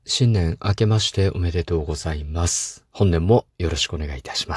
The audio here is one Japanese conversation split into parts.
新年明けましておめでとうございます。本年もよろしくお願いいたします。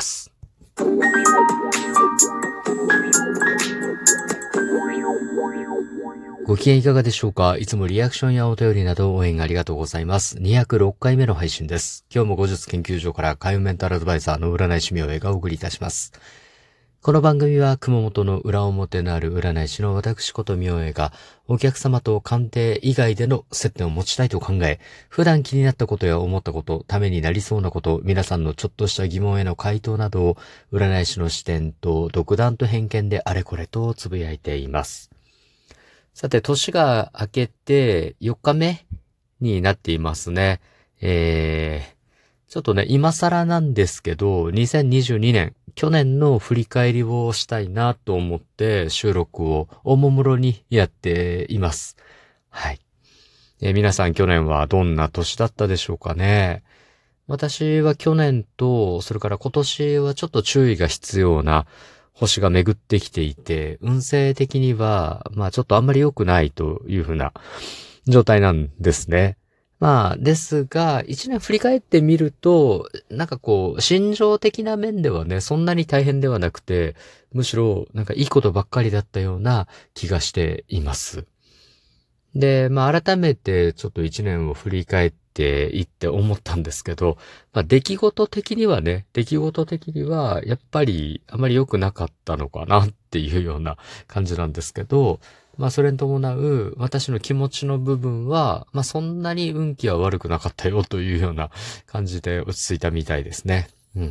ご機嫌いかがでしょうか？いつもリアクションやお便りなど応援ありがとうございます。206回目の配信です。今日も後日研究所から開運メンタルアドバイザーの占い師明恵がお送りいたします。この番組は熊本の裏表のある占い師の私こと明恵がお客様と鑑定以外での接点を持ちたいと考え、普段気になったことや思ったこと、ためになりそうなこと、皆さんのちょっとした疑問への回答などを占い師の視点と独断と偏見であれこれとつぶやいています。さて、年が明けて4日目になっていますね。ちょっとね、今更なんですけど、2022年、去年の振り返りをしたいなと思って収録をおもむろにやっています。はい。皆さん去年はどんな年だったでしょうかね。私は去年と、それから今年はちょっと注意が必要な星が巡ってきていて、運勢的には、ちょっとあんまり良くないというふうな状態なんですね。ですが、一年振り返ってみると、心情的な面ではね、そんなに大変ではなくて、むしろ、いいことばっかりだったような気がしています。で、改めてちょっと一年を振り返っていって思ったんですけど、出来事的には、やっぱりあまり良くなかったのかなっていうような感じなんですけど、それに伴う私の気持ちの部分は、そんなに運気は悪くなかったよというような感じで落ち着いたみたいですね。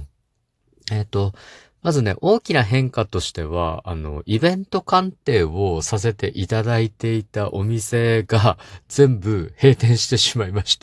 まずね、大きな変化としては、イベント鑑定をさせていただいていたお店が全部閉店してしまいました。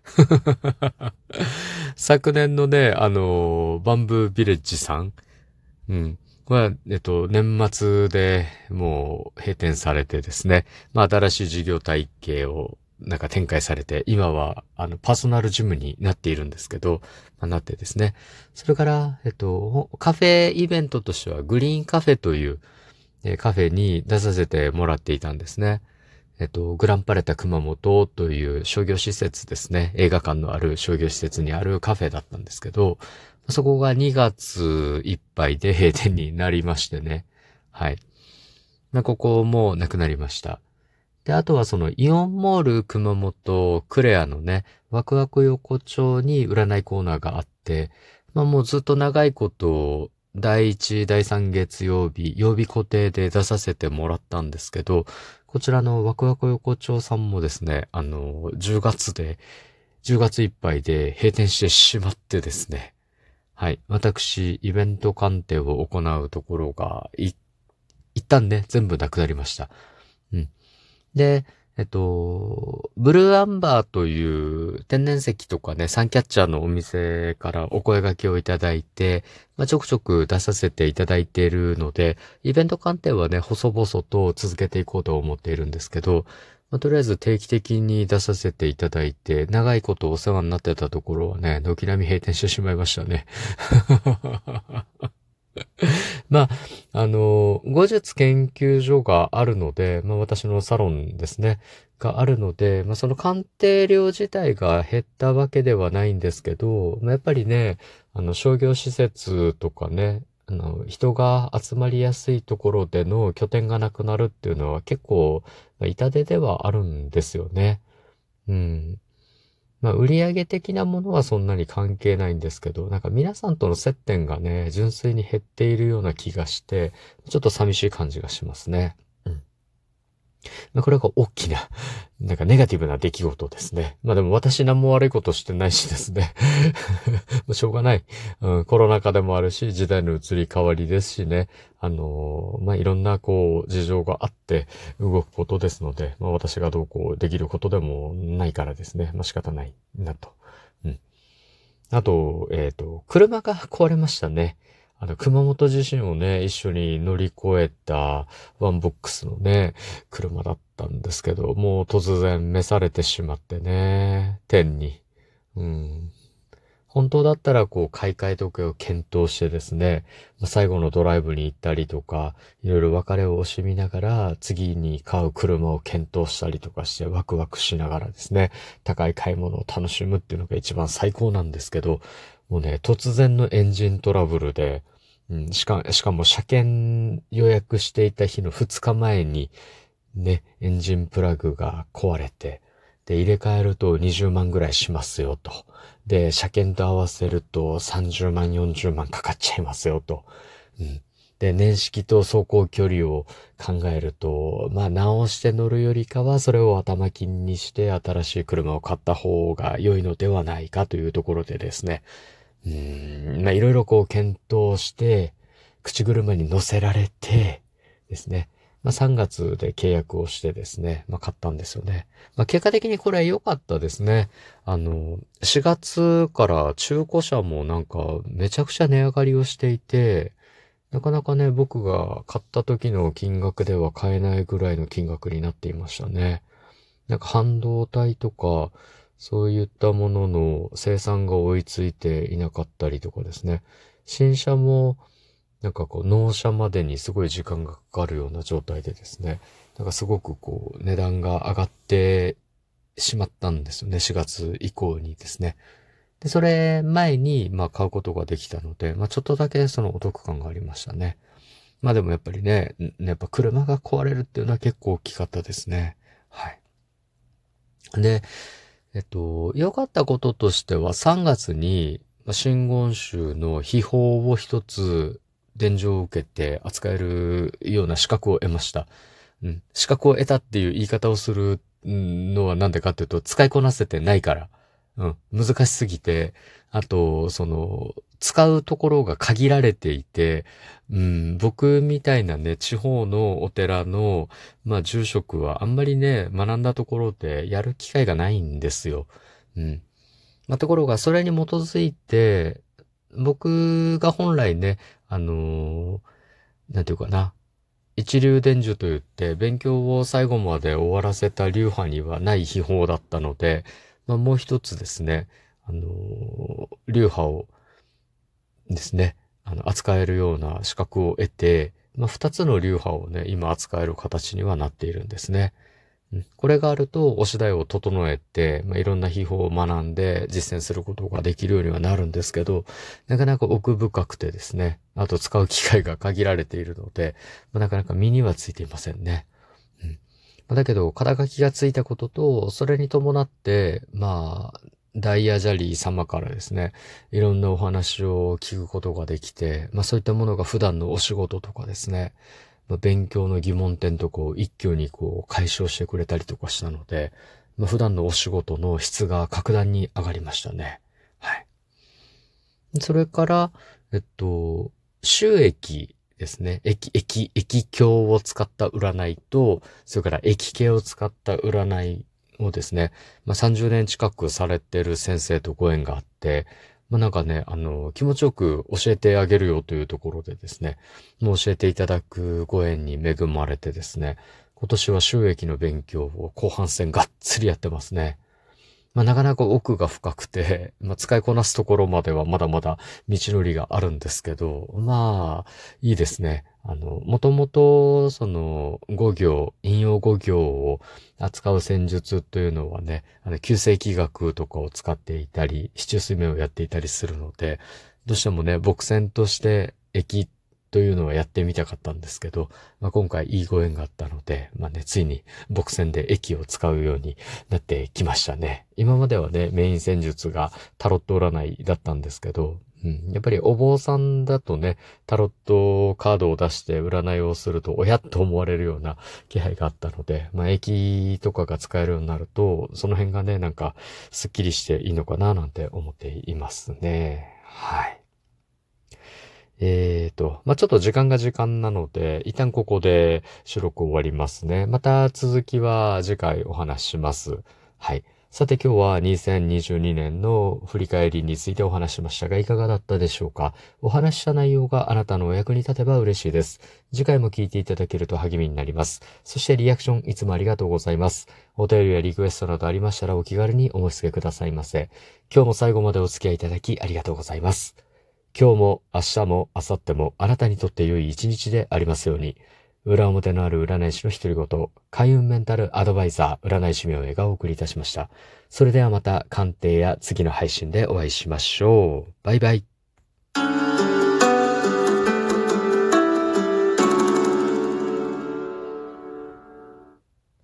昨年のね、バンブービレッジさん、は、年末でもう閉店されてですね、新しい事業体系を展開されて、今は、パーソナルジムになっているんですけど、なってですね。それから、カフェイベントとしては、グリーンカフェという、カフェに出させてもらっていたんですね。グランパレタ熊本という商業施設ですね。映画館のある商業施設にあるカフェだったんですけど、そこが2月いっぱいで閉店になりましてね。はい。ここもなくなりました。で、あとはそのイオンモール熊本クレアのね、ワクワク横丁に占いコーナーがあって、もうずっと長いこと第1、第3月曜日、曜日固定で出させてもらったんですけど、こちらのワクワク横丁さんもですね、10月いっぱいで閉店してしまってですね、はい。私、イベント鑑定を行うところが、一旦ね、全部なくなりました。で、ブルーアンバーという天然石とかね、サンキャッチャーのお店からお声掛けをいただいて、ちょくちょく出させていただいているので、イベント鑑定はね、細々と続けていこうと思っているんですけど、とりあえず定期的に出させていただいて、長いことお世話になってたところはね、軒並み閉店してしまいましたね。後日研究所があるので、私のサロンですね、があるので、その鑑定量自体が減ったわけではないんですけど、やっぱりね、商業施設とかね、人が集まりやすいところでの拠点がなくなるっていうのは結構、痛手ではあるんですよね。売上的なものはそんなに関係ないんですけど、皆さんとの接点がね、純粋に減っているような気がして、ちょっと寂しい感じがしますね。これが大きな、ネガティブな出来事ですね。でも私何も悪いことしてないしですね。しょうがない。コロナ禍でもあるし、時代の移り変わりですしね。いろんな事情があって動くことですので、私がどうこうできることでもないからですね。仕方ないなと。あと、車が壊れましたね。熊本地震をね、一緒に乗り越えたワンボックスのね、車だったんですけど、もう突然召されてしまってね、天に。 本当だったら買い替え時計を検討してですね、最後のドライブに行ったりとか、いろいろ別れを惜しみながら、次に買う車を検討したりとかしてワクワクしながらですね、高い買い物を楽しむっていうのが一番最高なんですけど、もうね、突然のエンジントラブルで、しかも車検予約していた日の2日前に、ね、エンジンプラグが壊れて、で、入れ替えると20万ぐらいしますよと。で、車検と合わせると30万、40万かかっちゃいますよと。で、年式と走行距離を考えると、直して乗るよりかは、それを頭金にして新しい車を買った方が良いのではないかというところでですね。いろいろ検討して、口車に乗せられてですね。3月で契約をしてですね、買ったんですよね。結果的にこれは良かったですね。4月から中古車もめちゃくちゃ値上がりをしていて、なかなかね、僕が買った時の金額では買えないぐらいの金額になっていましたね。半導体とか、そういったものの生産が追いついていなかったりとかですね。新車も、納車までにすごい時間がかかるような状態でですね。すごく値段が上がってしまったんですよね。4月以降にですね。で、それ前に、買うことができたので、ちょっとだけそのお得感がありましたね。でもやっぱりね、やっぱ車が壊れるっていうのは結構大きかったですね。はい。で、良かったこととしては3月に、真言宗の秘宝を一つ伝授を受けて扱えるような資格を得ました。資格を得たっていう言い方をするのはなんでかっていうと、使いこなせてないから。難しすぎて、あと、使うところが限られていて、僕みたいなね、地方のお寺の、住職はあんまりね、学んだところでやる機会がないんですよ。ところが、それに基づいて、僕が本来ね、なんていうかな、一流伝授といって、勉強を最後まで終わらせた流派にはない秘宝だったので、もう一つですね、流派をですね、扱えるような資格を得て、二つの流派をね、今扱える形にはなっているんですね。これがあると、押し台を整えて、いろんな秘宝を学んで実践することができるようにはなるんですけど、なかなか奥深くてですね、あと使う機会が限られているので、なかなか身にはついていませんね。だけど、肩書きがついたことと、それに伴って、ダイヤジャリー様からですね、いろんなお話を聞くことができて、そういったものが普段のお仕事とかですね、勉強の疑問点と一挙に解消してくれたりとかしたので、普段のお仕事の質が格段に上がりましたね。はい。それから、収益ですね。駅経を使った占いと、それから駅系を使った占いをですね、30年近くされてる先生とご縁があって、気持ちよく教えてあげるよというところでですね、もう教えていただくご縁に恵まれてですね、今年は収益の勉強を後半戦がっつりやってますね。なかなか奥が深くて、使いこなすところまではまだまだ道のりがあるんですけど、いいですね。もともと、語行、引用語行を扱う戦術というのはね、旧世紀学とかを使っていたり、市中水面をやっていたりするので、どうしてもね、墨戦として駅というのはやってみたかったんですけど、今回いいご縁があったので、ついに墨戦で駅を使うようになってきましたね。今まではね、メイン戦術がタロット占いだったんですけど、やっぱりお坊さんだとね、タロットカードを出して占いをすると、おやっと思われるような気配があったので、駅とかが使えるようになると、その辺がね、スッキリしていいのかななんて思っていますね。はい。ちょっと時間なので、一旦ここで収録終わりますね。また続きは次回お話しします。はい。 さて今日は2022年の振り返りについてお話ししましたが、いかがだったでしょうか。お話しした内容があなたのお役に立てば嬉しいです。次回も聞いていただけると励みになります。そしてリアクションいつもありがとうございます。お便りやリクエストなどありましたらお気軽にお申し付けくださいませ。今日も最後までお付き合いいただきありがとうございます。今日も明日も明後日もあなたにとって良い一日でありますように。裏表のある占い師の独り言、開運メンタルアドバイザー、占い師名へがお送りいたしました。それではまた鑑定や次の配信でお会いしましょう。バイバイ。